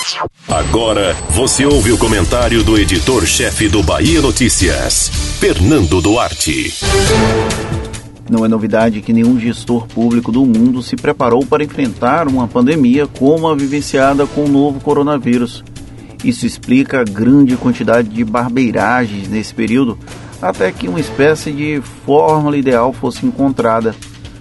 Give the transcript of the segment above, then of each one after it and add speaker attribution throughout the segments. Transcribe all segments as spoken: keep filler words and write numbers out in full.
Speaker 1: Agora você ouve o comentário do editor-chefe do Bahia Notícias, Fernando Duarte.
Speaker 2: Não é novidade que nenhum gestor público do mundo se preparou para enfrentar uma pandemia como a vivenciada com o novo coronavírus. Isso explica a grande quantidade de barbeiragens nesse período, até que uma espécie de fórmula ideal fosse encontrada.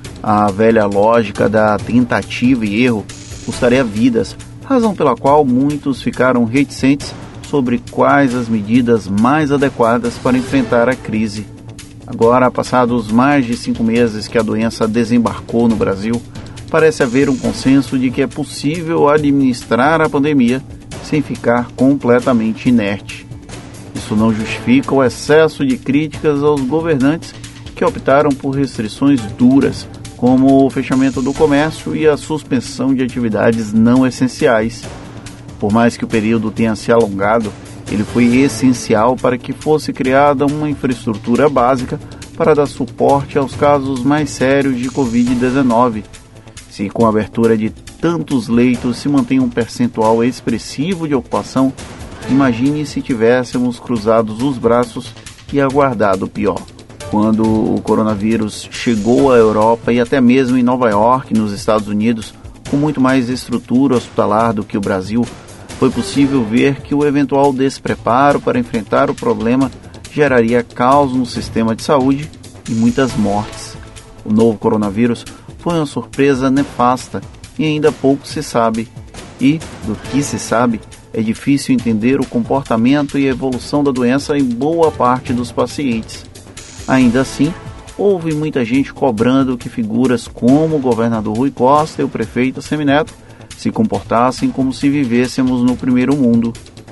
Speaker 2: A velha lógica da tentativa e erro custaria vidas, razão pela qual muitos ficaram reticentes sobre quais as medidas mais adequadas para enfrentar a crise. Agora, passados mais de cinco meses que a doença desembarcou no Brasil, parece haver um consenso de que é possível administrar a pandemia sem ficar completamente inerte. Isso não justifica o excesso de críticas aos governantes que optaram por restrições duras, como o fechamento do comércio e a suspensão de atividades não essenciais. Por mais que o período tenha se alongado, ele foi essencial para que fosse criada uma infraestrutura básica para dar suporte aos casos mais sérios de covid dezenove. Se com a abertura de tantos leitos se mantém um percentual expressivo de ocupação, imagine se tivéssemos cruzado os braços e aguardado o pior. Quando o coronavírus chegou à Europa e até mesmo em Nova York, nos Estados Unidos, com muito mais estrutura hospitalar do que o Brasil, foi possível ver que o eventual despreparo para enfrentar o problema geraria caos no sistema de saúde e muitas mortes. O novo coronavírus foi uma surpresa nefasta e ainda pouco se sabe. E, do que se sabe, é difícil entender o comportamento e a evolução da doença em boa parte dos pacientes. Ainda assim, houve muita gente cobrando que figuras como o governador Rui Costa e o prefeito Semineto se comportassem como se vivêssemos no primeiro mundo.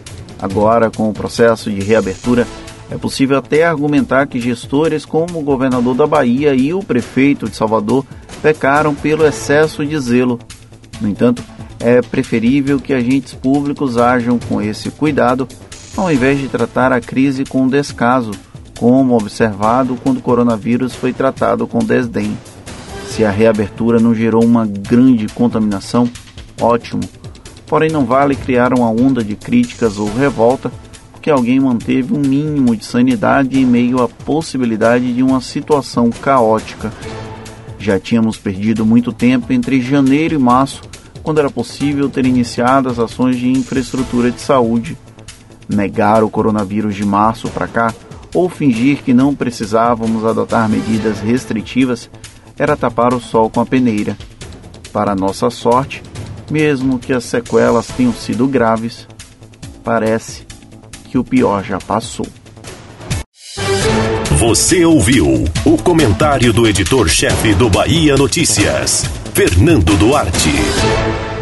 Speaker 2: Agora, com o processo de reabertura, é possível até argumentar que gestores como o governador da Bahia e o prefeito de Salvador pecaram pelo excesso de zelo. No entanto, é preferível que agentes públicos ajam com esse cuidado, ao invés de tratar a crise com descaso, como observado quando o coronavírus foi tratado com desdém. Se a reabertura não gerou uma grande contaminação, ótimo. Porém, não vale criar uma onda de críticas ou revolta porque alguém manteve um mínimo de sanidade em meio à possibilidade de uma situação caótica. Já tínhamos perdido muito tempo entre janeiro e março, quando era possível ter iniciado as ações de infraestrutura de saúde. Negar o coronavírus de março para cá ou fingir que não precisávamos adotar medidas restritivas era tapar o sol com a peneira. Para nossa sorte, mesmo que as sequelas tenham sido graves, parece que o pior já passou.
Speaker 1: Você ouviu o comentário do editor-chefe do Bahia Notícias, Fernando Duarte.